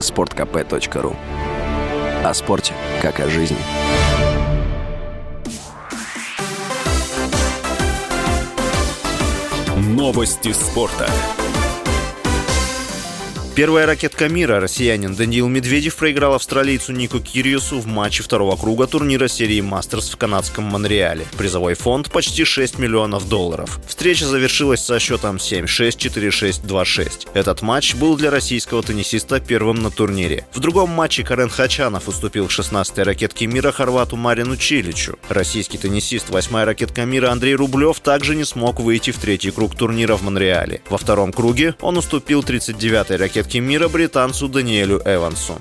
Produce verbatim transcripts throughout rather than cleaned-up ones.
спорт ка пэ точка ру. О спорте, как о жизни. Новости спорта. Первая ракетка мира, россиянин Даниил Медведев, проиграл австралийцу Нику Кирьосу в матче второго круга турнира серии «Мастерс» в канадском Монреале. Призовой фонд почти шесть миллионов долларов. Встреча завершилась со счетом семь шесть, четыре шесть, два шесть. Этот матч был для российского теннисиста первым на турнире. В другом матче Карен Хачанов уступил шестнадцатой ракетке мира хорвату Марину Чиличу. Российский теннисист, восьмая ракетка мира Андрей Рублев, также не смог выйти в третий круг турнира в Монреале. Во втором круге он уступил тридцать девятой ракетке мира британцу Даниэлю Эвансу.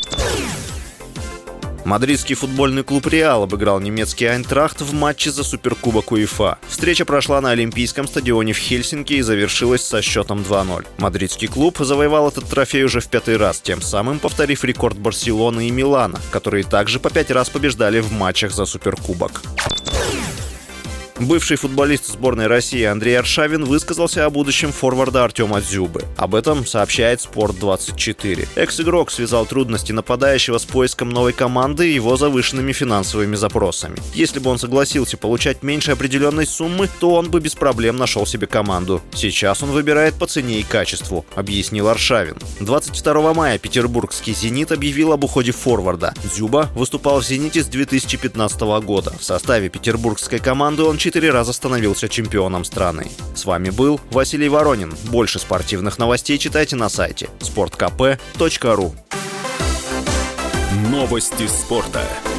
Мадридский футбольный клуб «Реал» обыграл немецкий «Айнтрахт» в матче за Суперкубок УЕФА. Встреча прошла на Олимпийском стадионе в Хельсинки и завершилась со счетом два ноль. Мадридский клуб завоевал этот трофей уже в пятый раз, тем самым повторив рекорд Барселоны и Милана, которые также по пять раз побеждали в матчах за Суперкубок. Бывший футболист сборной России Андрей Аршавин высказался о будущем форварда Артема Дзюбы. Об этом сообщает спорт двадцать четыре. Экс-игрок связал трудности нападающего с поиском новой команды и его завышенными финансовыми запросами. Если бы он согласился получать меньше определенной суммы, то он бы без проблем нашел себе команду. Сейчас он выбирает по цене и качеству, объяснил Аршавин. двадцать второго мая петербургский «Зенит» объявил об уходе форварда. Дзюба выступал в «Зените» с две тысячи пятнадцатого года. В составе петербургской команды он четыре раза становился чемпионом страны. С вами был Василий Воронин. Больше спортивных новостей читайте на сайте спорт ка пэ точка ру. Новости спорта.